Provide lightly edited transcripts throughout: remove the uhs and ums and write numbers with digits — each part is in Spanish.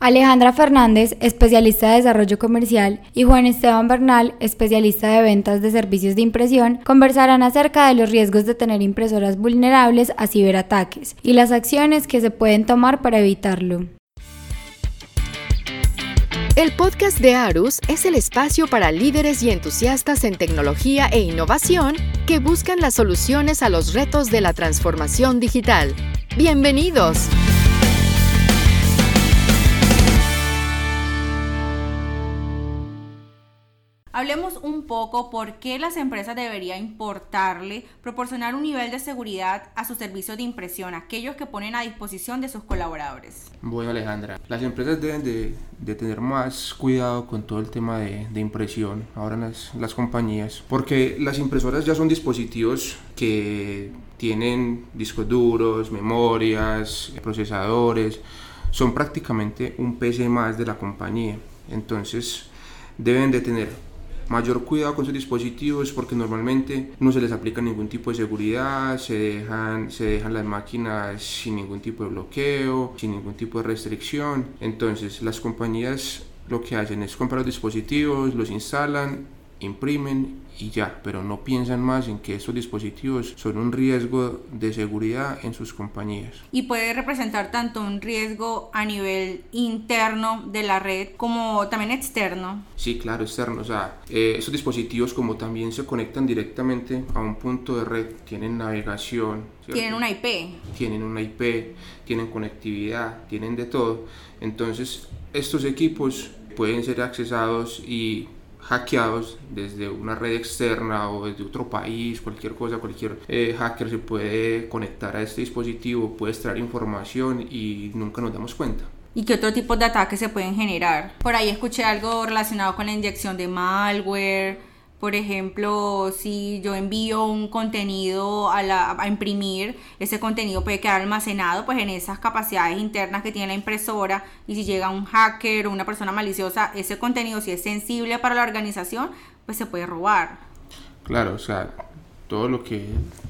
Alejandra Fernández, especialista de desarrollo comercial, y Juan Esteban Bernal, especialista de ventas de servicios de impresión, conversarán acerca de los riesgos de tener impresoras vulnerables a ciberataques y las acciones que se pueden tomar para evitarlo. El podcast de Arus es el espacio para líderes y entusiastas en tecnología e innovación que buscan las soluciones a los retos de la transformación digital. ¡Bienvenidos! Hablemos un poco por qué las empresas deberían importarle proporcionar un nivel de seguridad a sus servicios de impresión, aquellos que ponen a disposición de sus colaboradores. Bueno, Alejandra, las empresas deben de tener más cuidado con todo el tema de impresión, ahora las compañías, porque las impresoras ya son dispositivos que tienen discos duros, memorias, procesadores, son prácticamente un PC más de la compañía, entonces deben de tener mayor cuidado con sus dispositivos porque normalmente no se les aplica ningún tipo de seguridad, se dejan las máquinas sin ningún tipo de bloqueo, sin ningún tipo de restricción. Entonces las compañías lo que hacen es comprar los dispositivos, los instalan, imprimen y ya, pero no piensan más en que estos dispositivos son un riesgo de seguridad en sus compañías. Y puede representar tanto un riesgo a nivel interno de la red como también externo. Sí, claro, externo. O sea, estos dispositivos como también se conectan directamente a un punto de red, tienen navegación, ¿cierto? Tienen una IP. Tienen una IP, tienen conectividad, tienen de todo. Entonces, estos equipos pueden ser accesados y hackeados desde una red externa o desde otro país, cualquier hacker se puede conectar a este dispositivo, puede extraer información y nunca nos damos cuenta. ¿Y qué otro tipo de ataques se pueden generar? Por ahí escuché algo relacionado con la inyección de malware. Por ejemplo, si yo envío un contenido a imprimir, ese contenido puede quedar almacenado pues en esas capacidades internas que tiene la impresora, y si llega un hacker o una persona maliciosa, ese contenido, si es sensible para la organización, pues se puede robar. Claro, o sea, todo lo que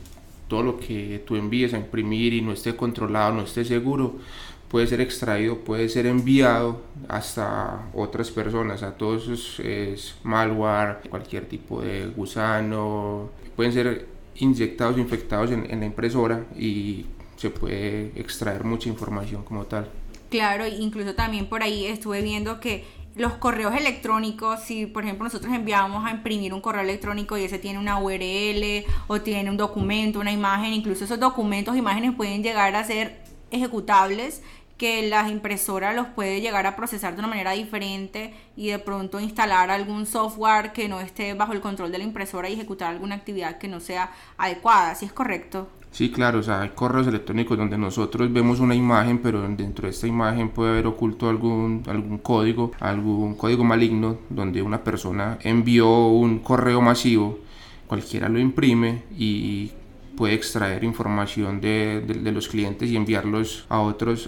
tú envíes a imprimir y no esté controlado, no esté seguro, puede ser extraído, puede ser enviado hasta otras personas, a todos esos malware, cualquier tipo de gusano, pueden ser inyectados o infectados en la impresora y se puede extraer mucha información como tal. Claro, incluso también por ahí estuve viendo que los correos electrónicos, si por ejemplo nosotros enviamos a imprimir un correo electrónico y ese tiene una URL o tiene un documento, una imagen, incluso esos documentos, imágenes pueden llegar a ser ejecutables, que la impresora los puede llegar a procesar de una manera diferente y de pronto instalar algún software que no esté bajo el control de la impresora y ejecutar alguna actividad que no sea adecuada. ¿Sí es correcto? Sí, claro, o sea, hay correos electrónicos donde nosotros vemos una imagen, pero dentro de esta imagen puede haber oculto algún código maligno, donde una persona envió un correo masivo, cualquiera lo imprime y puede extraer información de los clientes y enviarlos a otros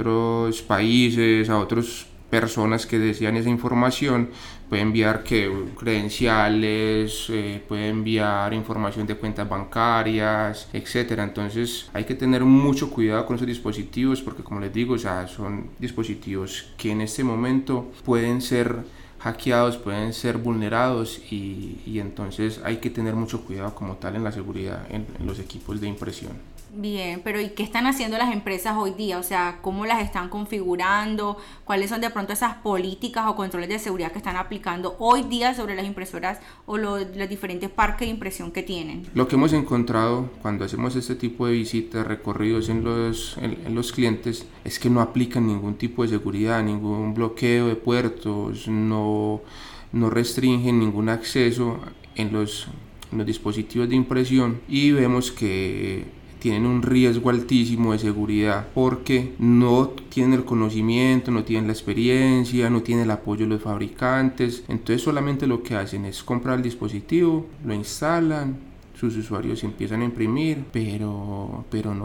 países, a otras personas que desean esa información. Puede enviar credenciales, puede enviar información de cuentas bancarias, etcétera. Entonces hay que tener mucho cuidado con esos dispositivos porque, como les digo, o sea, son dispositivos que en este momento pueden ser hackeados, pueden ser vulnerados y entonces hay que tener mucho cuidado como tal en la seguridad en los equipos de impresión. Bien, pero ¿y qué están haciendo las empresas hoy día? O sea, ¿cómo las están configurando? ¿Cuáles son de pronto esas políticas o controles de seguridad que están aplicando hoy día sobre las impresoras o los diferentes parques de impresión que tienen? Lo que hemos encontrado cuando hacemos este tipo de visitas, recorridos en los clientes, es que no aplican ningún tipo de seguridad, ningún bloqueo de puertos, no restringen ningún acceso en los dispositivos de impresión y vemos que tienen un riesgo altísimo de seguridad porque no tienen el conocimiento, no tienen la experiencia, no tienen el apoyo de los fabricantes. Entonces solamente lo que hacen es comprar el dispositivo, lo instalan, sus usuarios empiezan a imprimir, pero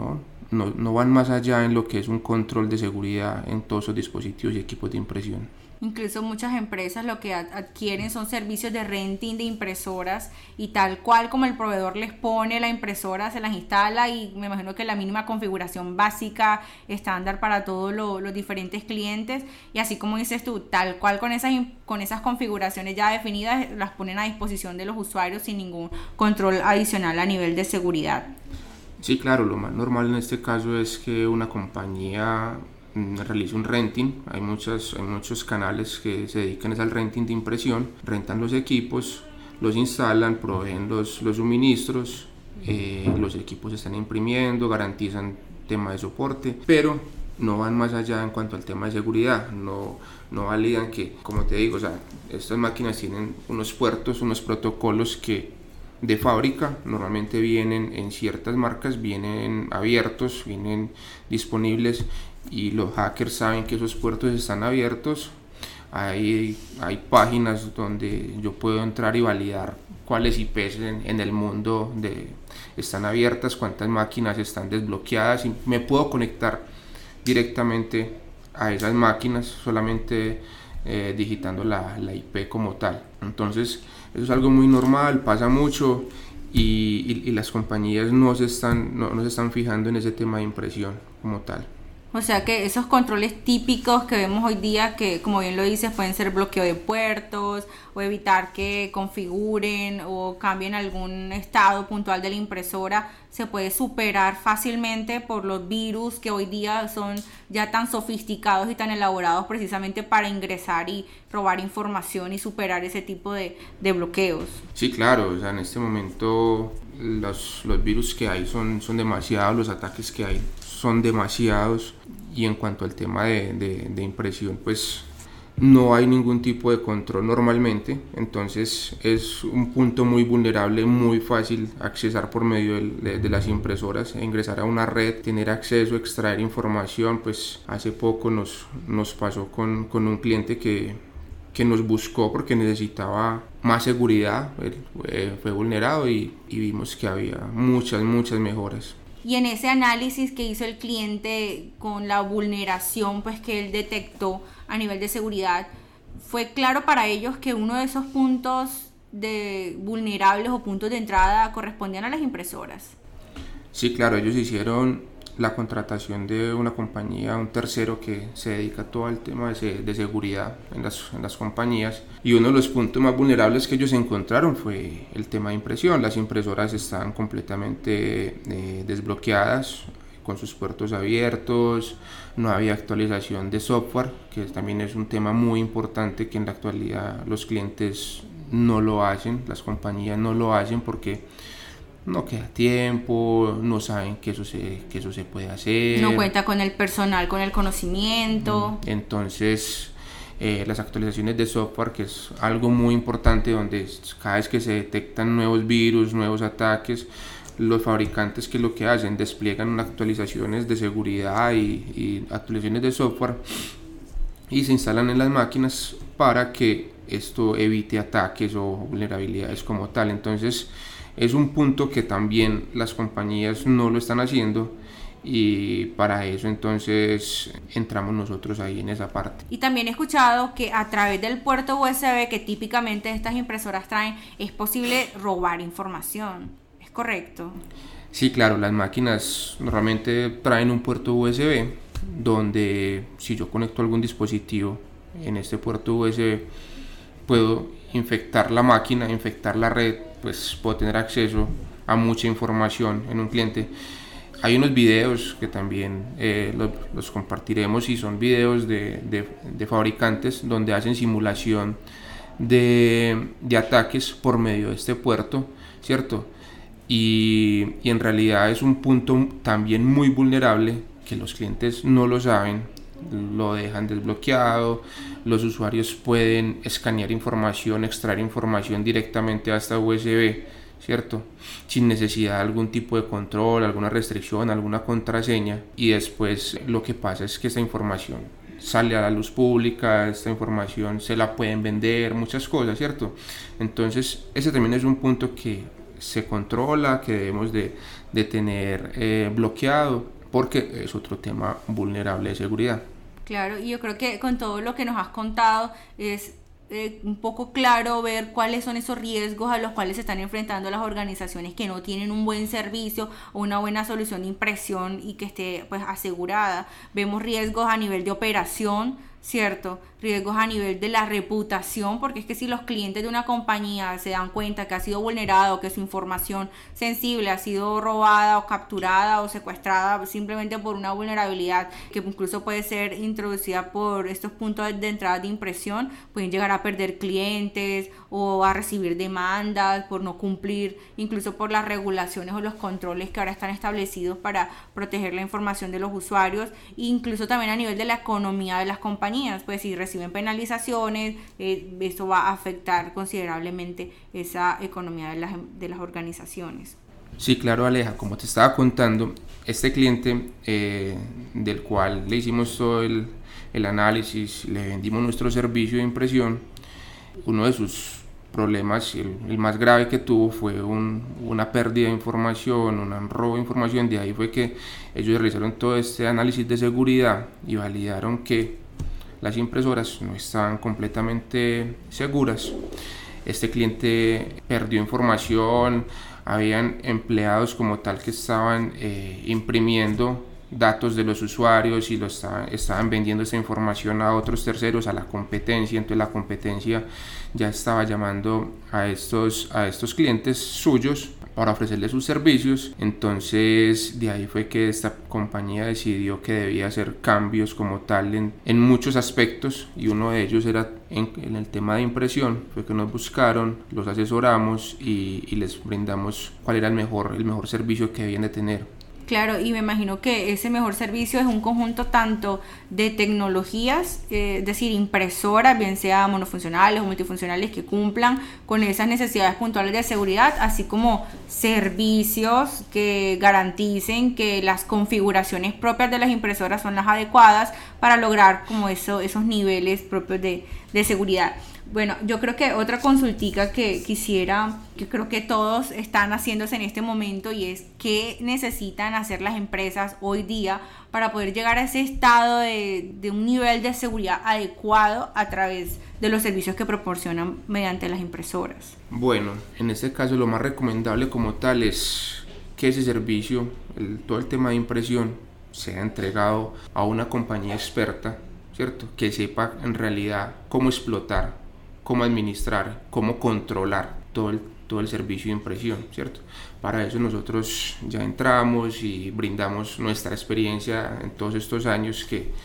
no van más allá en lo que es un control de seguridad en todos esos dispositivos y equipos de impresión. Incluso muchas empresas lo que adquieren son servicios de renting de impresoras y tal cual como el proveedor les pone la impresora, se las instala y me imagino que la mínima configuración básica, estándar para todos los diferentes clientes, y así como dices tú, tal cual con esas configuraciones ya definidas, las ponen a disposición de los usuarios sin ningún control adicional a nivel de seguridad. Sí, claro, lo más normal en este caso es que una compañía realiza un renting. Hay muchos canales que se dedican al renting de impresión, rentan los equipos, los instalan, proveen los suministros, los equipos se están imprimiendo, garantizan tema de soporte, pero no van más allá en cuanto al tema de seguridad, no validan que, como te digo, o sea, estas máquinas tienen unos puertos, unos protocolos que de fábrica normalmente vienen en ciertas marcas, vienen abiertos, vienen disponibles, y los hackers saben que esos puertos están abiertos. Hay páginas donde yo puedo entrar y validar cuáles IPs en el mundo están abiertas, cuántas máquinas están desbloqueadas, y me puedo conectar directamente a esas máquinas solamente digitando la IP como tal. Entonces eso es algo muy normal, pasa mucho, y las compañías no se están fijando en ese tema de impresión como tal. O sea que esos controles típicos que vemos hoy día, que como bien lo dices, pueden ser bloqueo de puertos o evitar que configuren o cambien algún estado puntual de la impresora, se puede superar fácilmente por los virus que hoy día son ya tan sofisticados y tan elaborados precisamente para ingresar y robar información y superar ese tipo de bloqueos. Sí, claro, o sea, en este momento los virus que hay son demasiados, los ataques que hay son demasiados, y en cuanto al tema de impresión, pues no hay ningún tipo de control normalmente. Entonces es un punto muy vulnerable, muy fácil accesar por medio de las impresoras, ingresar a una red, tener acceso, extraer información. Pues hace poco nos pasó con un cliente que nos buscó porque necesitaba más seguridad, fue vulnerado, y vimos que había muchas mejoras. Y en ese análisis que hizo el cliente con la vulneración pues que él detectó a nivel de seguridad, ¿fue claro para ellos que uno de esos puntos de vulnerables o puntos de entrada correspondían a las impresoras? Sí, claro, ellos hicieron la contratación de una compañía, un tercero que se dedica a todo el tema de seguridad en las compañías, y uno de los puntos más vulnerables que ellos encontraron fue el tema de impresión. Las impresoras estaban completamente desbloqueadas, con sus puertos abiertos, no había actualización de software, que también es un tema muy importante que en la actualidad los clientes no lo hacen, las compañías no lo hacen porque no queda tiempo, no saben que eso se puede hacer. No cuenta con el personal, con el conocimiento. Entonces, las actualizaciones de software, que es algo muy importante, donde cada vez que se detectan nuevos virus, nuevos ataques, los fabricantes, que lo que hacen, despliegan actualizaciones de seguridad y actualizaciones de software, y se instalan en las máquinas para que esto evite ataques o vulnerabilidades como tal. Entonces es un punto que también las compañías no lo están haciendo, y para eso entonces entramos nosotros ahí en esa parte. Y también he escuchado que a través del puerto USB que típicamente estas impresoras traen, es posible robar información. ¿Es correcto? Sí, claro, las máquinas normalmente traen un puerto USB donde si yo conecto algún dispositivo en este puerto USB, puedo infectar la máquina, infectar la red, pues puedo tener acceso a mucha información en un cliente. Hay unos videos que también los compartiremos, y son videos de fabricantes donde hacen simulación de ataques por medio de este puerto, ¿cierto? Y en realidad es un punto también muy vulnerable que los clientes no lo saben, lo dejan desbloqueado. Los usuarios pueden escanear información, extraer información directamente a esta USB, ¿cierto? Sin necesidad de algún tipo de control, alguna restricción, alguna contraseña, y después lo que pasa es que esta información sale a la luz pública, esta información se la pueden vender, muchas cosas, ¿cierto? Entonces ese también es un punto que se controla, que debemos de tener bloqueado, porque es otro tema vulnerable de seguridad. Claro, y yo creo que con todo lo que nos has contado es un poco claro ver cuáles son esos riesgos a los cuales se están enfrentando las organizaciones que no tienen un buen servicio o una buena solución de impresión y que esté pues asegurada. Vemos riesgos a nivel de operación, ¿cierto? Riesgos a nivel de la reputación, porque es que si los clientes de una compañía se dan cuenta que ha sido vulnerado, que su información sensible ha sido robada o capturada o secuestrada simplemente por una vulnerabilidad que incluso puede ser introducida por estos puntos de entrada de impresión, pueden llegar a perder clientes o a recibir demandas por no cumplir, incluso por las regulaciones o los controles que ahora están establecidos para proteger la información de los usuarios, e incluso también a nivel de la economía de las compañías, pues si reciben penalizaciones, eso va a afectar considerablemente esa economía de las organizaciones. Sí, claro, Aleja, como te estaba contando, este cliente del cual le hicimos todo el análisis, le vendimos nuestro servicio de impresión, uno de sus problemas, el más grave que tuvo fue una pérdida de información, un robo de información. De ahí fue que ellos realizaron todo este análisis de seguridad y validaron que las impresoras no estaban completamente seguras. Este cliente perdió información, habían empleados como tal que estaban imprimiendo datos de los usuarios y estaban vendiendo esta información a otros terceros, a la competencia. Entonces la competencia ya estaba llamando a estos clientes suyos para ofrecerles sus servicios. Entonces de ahí fue que esta compañía decidió que debía hacer cambios como tal en muchos aspectos, y uno de ellos era en el tema de impresión. Fue que nos buscaron, los asesoramos y les brindamos cuál era el mejor servicio que debían de tener. Claro, y me imagino que ese mejor servicio es un conjunto tanto de tecnologías, es decir, impresoras, bien sea monofuncionales o multifuncionales, que cumplan con esas necesidades puntuales de seguridad, así como servicios que garanticen que las configuraciones propias de las impresoras son las adecuadas para lograr como esos niveles propios de seguridad. Bueno, yo creo que otra consultica que creo que todos están haciéndose en este momento, y es qué necesitan hacer las empresas hoy día para poder llegar a ese estado de un nivel de seguridad adecuado a través de los servicios que proporcionan mediante las impresoras. Bueno, en este caso lo más recomendable como tal es que ese servicio, todo el tema de impresión, sea entregado a una compañía experta, ¿cierto? Que sepa en realidad cómo explotar, cómo administrar, cómo controlar todo el servicio de impresión, ¿cierto? Para eso nosotros ya entramos y brindamos nuestra experiencia en todos estos años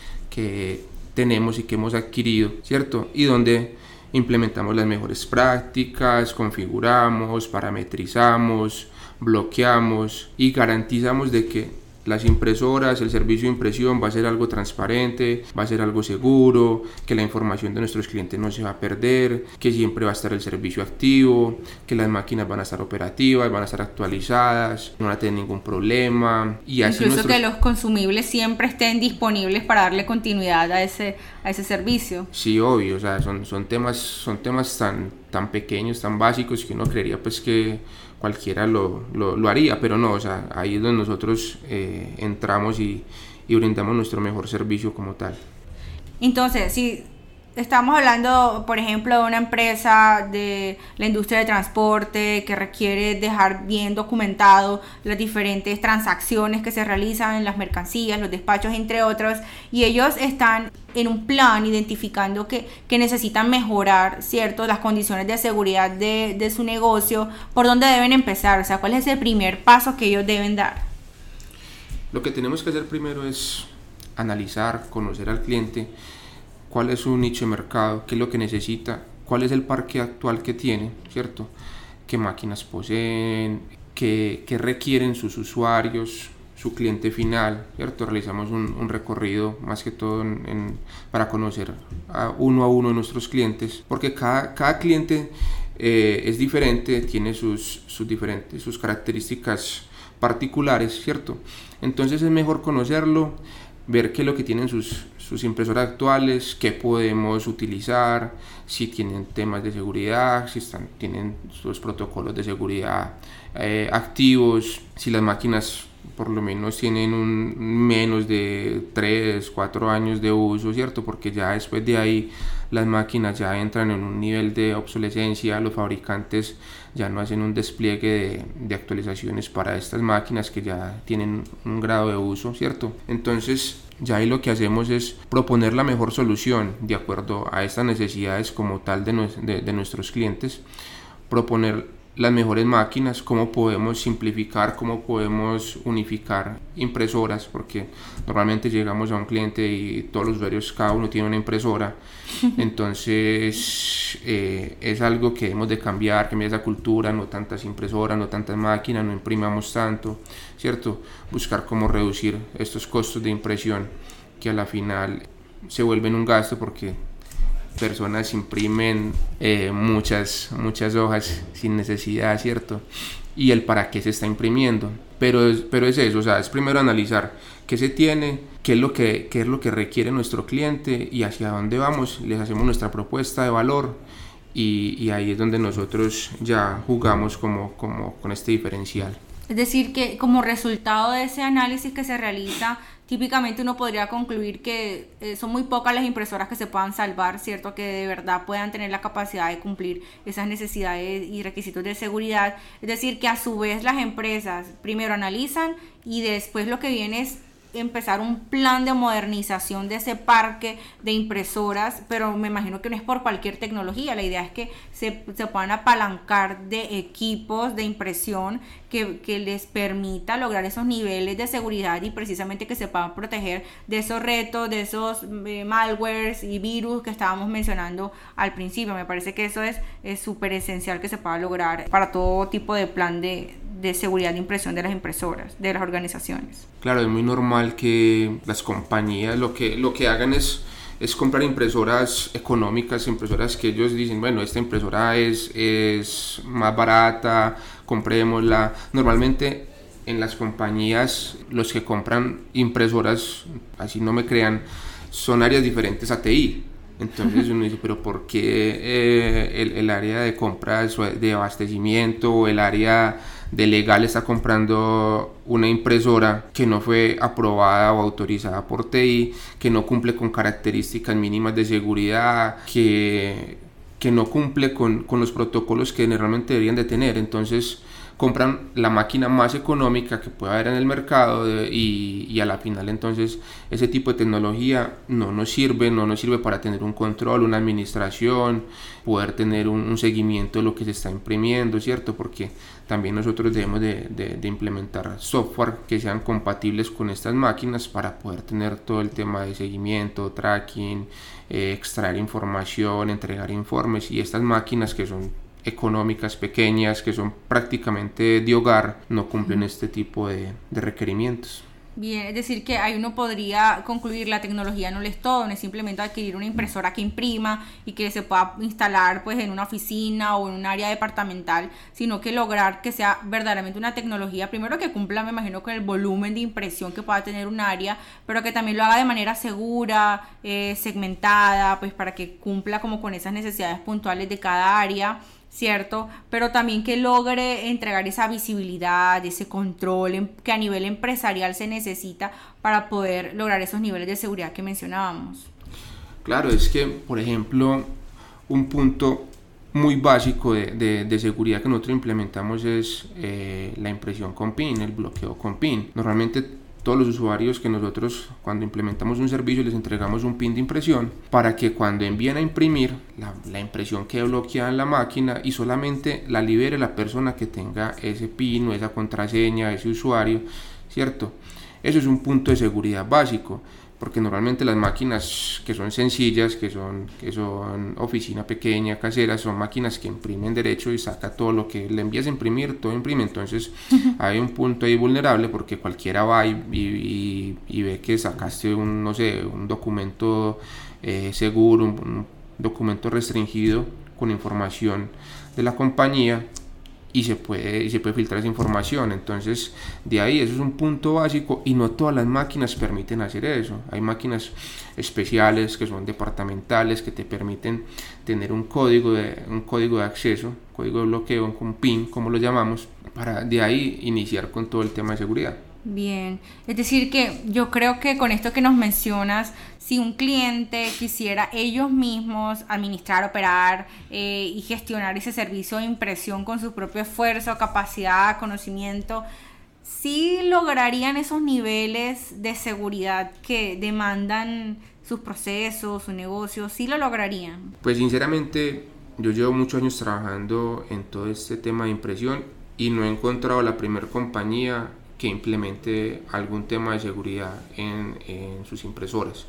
que tenemos y que hemos adquirido, ¿cierto? Y donde implementamos las mejores prácticas, configuramos, parametrizamos, bloqueamos y garantizamos de que las impresoras, el servicio de impresión va a ser algo transparente, va a ser algo seguro, que la información de nuestros clientes no se va a perder, que siempre va a estar el servicio activo, que las máquinas van a estar operativas, van a estar actualizadas, no van a tener ningún problema. Y así incluso que los consumibles siempre estén disponibles para darle continuidad a ese servicio. Sí, obvio, o sea, son temas tan pequeños, tan básicos, que uno creería pues que cualquiera lo haría, pero no, o sea, ahí es donde nosotros entramos y brindamos nuestro mejor servicio como tal. Entonces, si estamos hablando, por ejemplo, de una empresa de la industria de transporte que requiere dejar bien documentado las diferentes transacciones que se realizan en las mercancías, los despachos, entre otros, y ellos están en un plan identificando que necesitan mejorar, ¿cierto?, las condiciones de seguridad de su negocio, ¿por dónde deben empezar? O sea, ¿cuál es el primer paso que ellos deben dar? Lo que tenemos que hacer primero es analizar, conocer al cliente, cuál es su nicho de mercado, qué es lo que necesita, cuál es el parque actual que tiene, ¿cierto? Qué máquinas poseen, qué requieren sus usuarios, su cliente final, ¿cierto? Realizamos un recorrido más que todo para conocer uno a uno de nuestros clientes, porque cada cliente es diferente, tiene sus características particulares, ¿cierto? Entonces es mejor conocerlo, ver qué es lo que tienen sus impresoras actuales, qué podemos utilizar, si tienen temas de seguridad, si tienen sus protocolos de seguridad activos, si las máquinas por lo menos tienen menos de 3, 4 años de uso, ¿cierto? Porque ya después de ahí las máquinas ya entran en un nivel de obsolescencia, los fabricantes ya no hacen un despliegue de actualizaciones para estas máquinas que ya tienen un grado de uso, ¿cierto? Entonces ya ahí lo que hacemos es proponer la mejor solución de acuerdo a estas necesidades como tal de nuestros clientes, proponer las mejores máquinas, cómo podemos simplificar, cómo podemos unificar impresoras, porque normalmente llegamos a un cliente y todos los usuarios, cada uno tiene una impresora, entonces es algo que debemos de cambiar esa cultura, no tantas impresoras, no tantas máquinas, no imprimamos tanto, ¿cierto? Buscar cómo reducir estos costos de impresión que a la final se vuelven un gasto porque personas imprimen muchas hojas sin necesidad, ¿cierto? Y el para qué se está imprimiendo, pero es eso, o sea, es primero analizar qué se tiene, qué es lo que requiere nuestro cliente y hacia dónde vamos, les hacemos nuestra propuesta de valor y ahí es donde nosotros ya jugamos como con este diferencial. Es decir, que como resultado de ese análisis que se realiza, típicamente uno podría concluir que son muy pocas las impresoras que se puedan salvar, ¿cierto? Que de verdad puedan tener la capacidad de cumplir esas necesidades y requisitos de seguridad. Es decir, que a su vez las empresas primero analizan y después lo que viene es empezar un plan de modernización de ese parque de impresoras, pero me imagino que no es por cualquier tecnología. La idea es que se puedan apalancar de equipos de impresión que les permita lograr esos niveles de seguridad y precisamente que se puedan proteger de esos retos, de esos malwares y virus que estábamos mencionando al principio. Me parece que eso es súper esencial que se pueda lograr para todo tipo de plan de seguridad de impresión de las impresoras, de las organizaciones. Claro, es muy normal que las compañías lo que hagan es comprar impresoras económicas, impresoras que ellos dicen, bueno, esta impresora es más barata, comprémosla. Normalmente en las compañías los que compran impresoras, así no me crean, son áreas diferentes a TI. Entonces uno dice, pero ¿por qué el área de compras, de abastecimiento o el área de legal está comprando una impresora que no fue aprobada o autorizada por TI, que no cumple con características mínimas de seguridad, que no cumple con los protocolos que normalmente deberían de tener? Entonces compran la máquina más económica que pueda haber en el mercado y a la final entonces ese tipo de tecnología no nos sirve para tener un control, una administración, poder tener un seguimiento de lo que se está imprimiendo, ¿cierto? Porque también nosotros debemos de implementar software que sean compatibles con estas máquinas para poder tener todo el tema de seguimiento, tracking, extraer información, entregar informes, y estas máquinas que son económicas, pequeñas, que son prácticamente de hogar, no cumplen este tipo de requerimientos. Bien, es decir que ahí uno podría concluir la tecnología no lo es todo, no es simplemente adquirir una impresora que imprima y que se pueda instalar pues en una oficina o en un área departamental, sino que lograr que sea verdaderamente una tecnología, primero que cumpla, me imagino, con el volumen de impresión que pueda tener un área, pero que también lo haga de manera segura, segmentada, pues para que cumpla como con esas necesidades puntuales de cada área, ¿cierto? Pero también que logre entregar esa visibilidad, ese control que a nivel empresarial se necesita para poder lograr esos niveles de seguridad que mencionábamos. Claro, es que, por ejemplo, un punto muy básico de seguridad que nosotros implementamos es la impresión con PIN, el bloqueo con PIN. Normalmente todos los usuarios que nosotros cuando implementamos un servicio les entregamos un PIN de impresión para que cuando envíen a imprimir la impresión quede bloqueada en la máquina y solamente la libere la persona que tenga ese PIN o esa contraseña, ese usuario, ¿cierto? Eso es un punto de seguridad básico, porque normalmente las máquinas que son sencillas, que son oficina pequeña, caseras, son máquinas que imprimen derecho y saca todo lo que le envías a imprimir, todo imprime. Entonces hay un punto ahí vulnerable porque cualquiera va y ve que sacaste un documento seguro, un documento restringido con información de la compañía, y se puede filtrar esa información. Entonces de ahí eso es un punto básico y no todas las máquinas permiten hacer eso. Hay máquinas especiales que son departamentales que te permiten tener un código de acceso, código de bloqueo, un PIN como lo llamamos, para de ahí iniciar con todo el tema de seguridad. Bien, es decir que yo creo que con esto que nos mencionas, si un cliente quisiera ellos mismos administrar, operar y gestionar ese servicio de impresión con su propio esfuerzo, capacidad, conocimiento, sí lograrían esos niveles de seguridad que demandan sus procesos, su negocio, sí lo lograrían. Pues sinceramente yo llevo muchos años trabajando en todo este tema de impresión y no he encontrado la primera compañía que implemente algún tema de seguridad en sus impresoras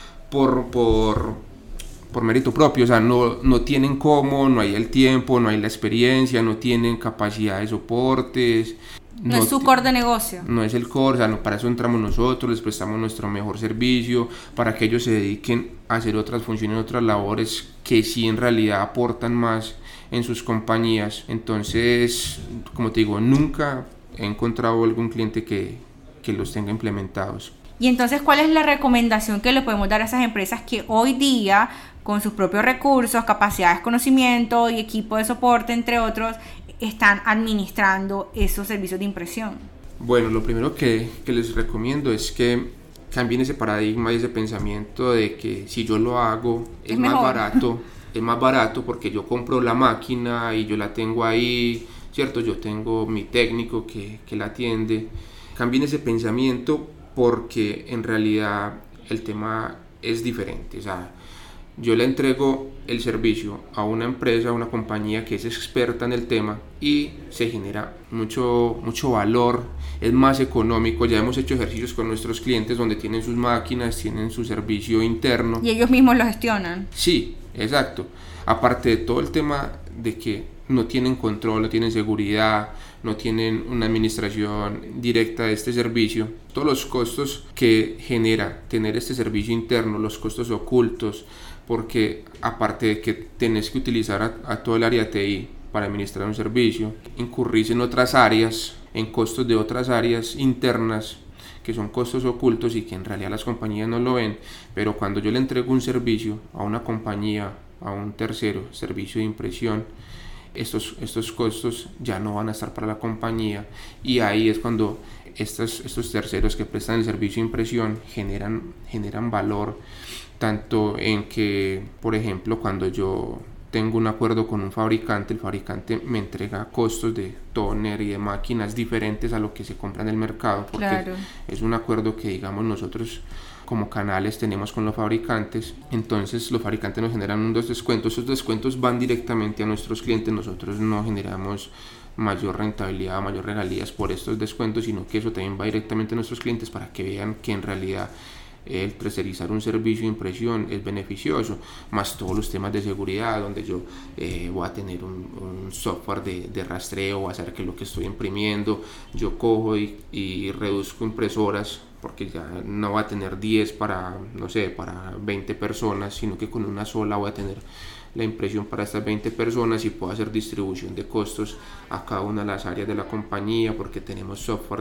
por mérito propio. O sea, no tienen cómo, no hay el tiempo, no hay la experiencia, no tienen capacidad de soportes. No es su core de negocio. No es el core, o sea, para eso entramos nosotros, les prestamos nuestro mejor servicio, para que ellos se dediquen a hacer otras funciones, otras labores que sí en realidad aportan más en sus compañías. Entonces, como te digo, nunca he encontrado algún cliente que los tenga implementados. Y entonces, ¿cuál es la recomendación que le podemos dar a esas empresas que hoy día, con sus propios recursos, capacidades, conocimiento y equipo de soporte, entre otros, están administrando esos servicios de impresión? Bueno, lo primero que les recomiendo es que cambien ese paradigma y ese pensamiento de que si yo lo hago es más barato. Es más barato porque yo compro la máquina y yo la tengo ahí, ¿cierto? Yo tengo mi técnico que la atiende. Cambien ese pensamiento porque en realidad el tema es diferente. O sea, yo le entrego el servicio a una empresa, a una compañía que es experta en el tema y se genera mucho valor, es más económico. Ya hemos hecho ejercicios con nuestros clientes donde tienen sus máquinas, tienen su servicio interno. ¿Y ellos mismos lo gestionan? Sí, exacto. Aparte de todo el tema de que no tienen control, no tienen seguridad, no tienen una administración directa de este servicio, todos los costos que genera tener este servicio interno, los costos ocultos, porque aparte de que tenés que utilizar a todo el área de TI para administrar un servicio, incurrís en otras áreas, en costos de otras áreas internas que son costos ocultos y que en realidad las compañías no lo ven, pero cuando yo le entrego un servicio a una compañía, a un tercero, servicio de impresión, estos costos ya no van a estar para la compañía y ahí es cuando estos terceros que prestan el servicio de impresión generan valor, tanto en que, por ejemplo, cuando yo tengo un acuerdo con un fabricante, el fabricante me entrega costos de tóner y de máquinas diferentes a lo que se compra en el mercado, porque claro, es un acuerdo que, digamos, nosotros como canales tenemos con los fabricantes. Entonces los fabricantes nos generan unos descuentos, esos descuentos van directamente a nuestros clientes, nosotros no generamos mayor rentabilidad, mayor regalías por estos descuentos, sino que eso también va directamente a nuestros clientes para que vean que en realidad el tercerizar un servicio de impresión es beneficioso, más todos los temas de seguridad, donde yo voy a tener un software de rastreo, voy a hacer que lo que estoy imprimiendo, yo cojo y reduzco impresoras, porque ya no va a tener 10 para 20 personas, sino que con una sola voy a tener la impresión para estas 20 personas y puedo hacer distribución de costos a cada una de las áreas de la compañía, porque tenemos software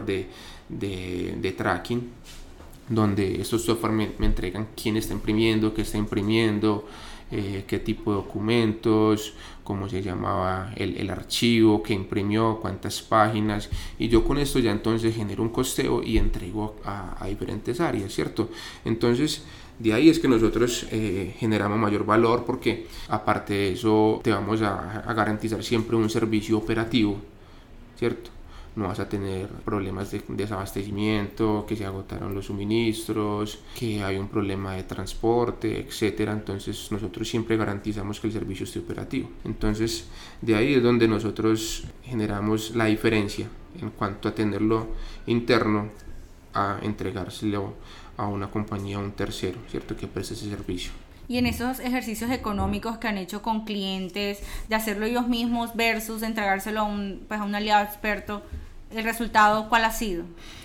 de tracking, donde estos software me entregan quién está imprimiendo, qué está imprimiendo, qué tipo de documentos, cómo se llamaba el archivo que imprimió, cuántas páginas, y yo con esto ya entonces genero un costeo y entrego a diferentes áreas, ¿cierto? Entonces de ahí es que nosotros generamos mayor valor, porque aparte de eso te vamos a garantizar siempre un servicio operativo, ¿cierto? No vas a tener problemas de desabastecimiento, que se agotaron los suministros, que hay un problema de transporte, etcétera. Entonces nosotros siempre garantizamos que el servicio esté operativo. Entonces de ahí es donde nosotros generamos la diferencia en cuanto a tenerlo interno a entregárselo a una compañía, a un tercero, ¿cierto?, que preste ese servicio. Y en esos ejercicios económicos que han hecho con clientes, de hacerlo ellos mismos versus entregárselo a un aliado experto, ¿el resultado cuál ha sido?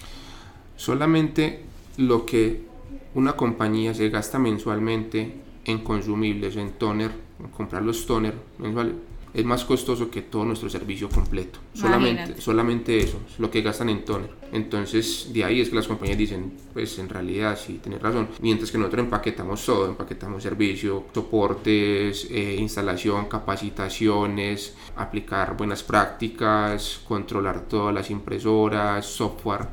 Solamente lo que una compañía se gasta mensualmente en consumibles, en toner, en comprar los toner mensuales, es más costoso que todo nuestro servicio completo. Solamente eso es lo que gastan en toner. Entonces de ahí es que las compañías dicen, pues en realidad sí, tienes razón. Mientras que nosotros empaquetamos todo, empaquetamos servicio, soportes, instalación, capacitaciones, aplicar buenas prácticas, controlar todas las impresoras, software,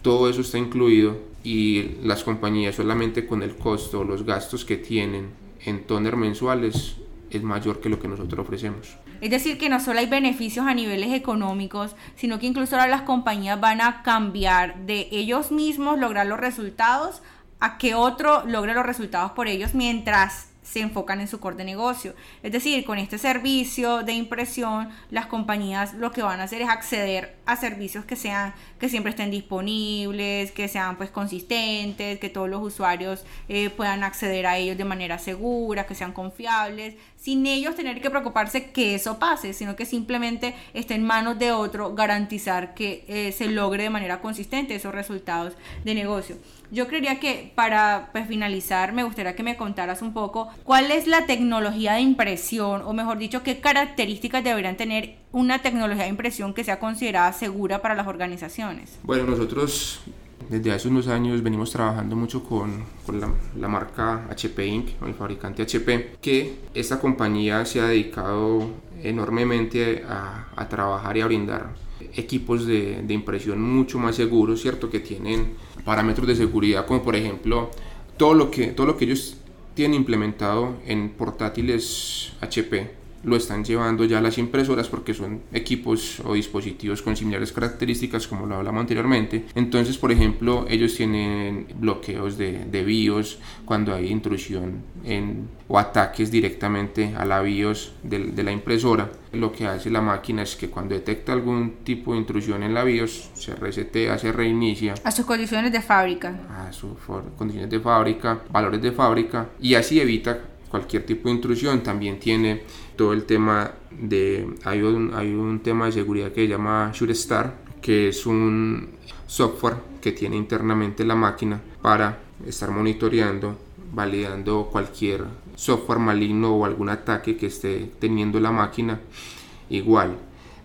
todo eso está incluido y las compañías solamente con el costo o los gastos que tienen en toner mensuales es mayor que lo que nosotros ofrecemos. Es decir, que no solo hay beneficios a niveles económicos, sino que incluso ahora las compañías van a cambiar de ellos mismos lograr los resultados a que otro logre los resultados por ellos mientras se enfocan en su core de negocio. Es decir, con este servicio de impresión, las compañías lo que van a hacer es acceder a servicios que siempre estén disponibles, que sean pues consistentes, que todos los usuarios puedan acceder a ellos de manera segura, que sean confiables, sin ellos tener que preocuparse que eso pase, sino que simplemente esté en manos de otro garantizar que se logre de manera consistente esos resultados de negocio. Yo creería que para finalizar me gustaría que me contaras un poco cuál es la tecnología de impresión, o mejor dicho, qué características deberían tener una tecnología de impresión que sea considerada segura para las organizaciones. Bueno, nosotros desde hace unos años venimos trabajando mucho con la marca HP Inc., o el fabricante HP, que esta compañía se ha dedicado enormemente a trabajar y a brindar equipos de impresión mucho más seguros, ¿cierto? Que tienen parámetros de seguridad como por ejemplo todo lo que ellos tienen implementado en portátiles HP lo están llevando ya a las impresoras porque son equipos o dispositivos con similares características como lo hablamos anteriormente. Entonces, por ejemplo, ellos tienen bloqueos de BIOS cuando hay intrusión o ataques directamente a la BIOS de la impresora. Lo que hace la máquina es que cuando detecta algún tipo de intrusión en la BIOS, se resetea, se reinicia a sus condiciones de fábrica. A sus condiciones de fábrica, valores de fábrica, y así evita cualquier tipo de intrusión. También tiene todo el tema hay un tema de seguridad que se llama SureStar, que es un software que tiene internamente la máquina para estar monitoreando, validando cualquier software maligno o algún ataque que esté teniendo la máquina. Igual,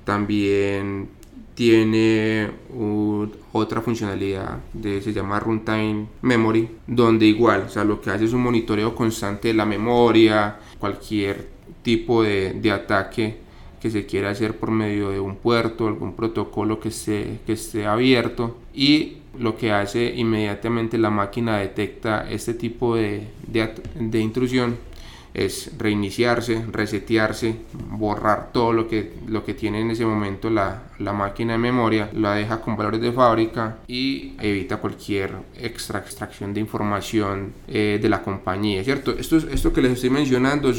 también tiene otra funcionalidad se llama Runtime Memory, donde igual, o sea, lo que hace es un monitoreo constante de la memoria, cualquier tipo de ataque que se quiera hacer por medio de un puerto, algún protocolo que esté abierto, y lo que hace inmediatamente la máquina detecta este tipo de intrusión es reiniciarse, resetearse, borrar todo lo que tiene en ese momento la máquina de memoria, la deja con valores de fábrica y evita cualquier extracción de información de la compañía, ¿cierto? Esto que les estoy mencionando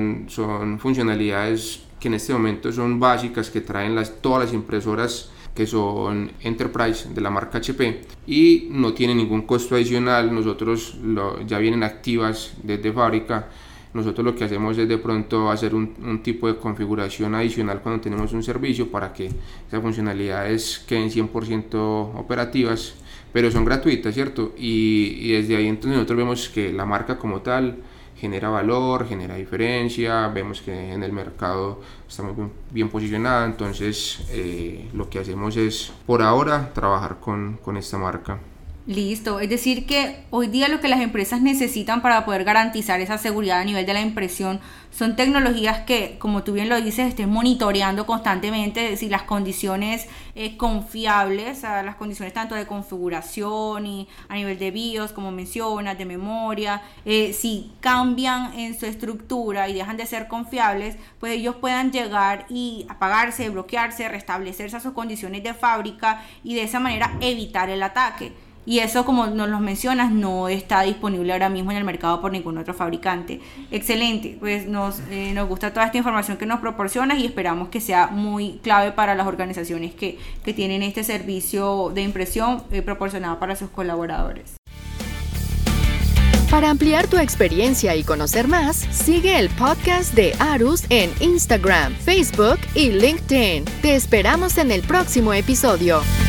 son funcionalidades que en este momento son básicas, que traen todas las impresoras que son Enterprise de la marca HP y no tienen ningún costo adicional. Nosotros ya vienen activas desde fábrica. Nosotros lo que hacemos es de pronto hacer un tipo de configuración adicional cuando tenemos un servicio para que esas funcionalidades queden 100% operativas, pero son gratuitas, ¿cierto? Y desde ahí entonces nosotros vemos que la marca como tal genera valor, genera diferencia, vemos que en el mercado está muy bien posicionada. Entonces lo que hacemos es por ahora trabajar con esta marca. Listo, es decir que hoy día lo que las empresas necesitan para poder garantizar esa seguridad a nivel de la impresión son tecnologías que, como tú bien lo dices, estén monitoreando constantemente si las condiciones confiables, las condiciones tanto de configuración y a nivel de BIOS, como mencionas, de memoria, si cambian en su estructura y dejan de ser confiables, pues ellos puedan llegar y apagarse, bloquearse, restablecerse a sus condiciones de fábrica y de esa manera evitar el ataque. Y eso, como nos lo mencionas, no está disponible ahora mismo en el mercado por ningún otro fabricante. Excelente, pues nos gusta toda esta información que nos proporcionas y esperamos que sea muy clave para las organizaciones que tienen este servicio de impresión proporcionado para sus colaboradores. Para ampliar tu experiencia y conocer más, sigue el podcast de Arus en Instagram, Facebook y LinkedIn. Te esperamos en el próximo episodio.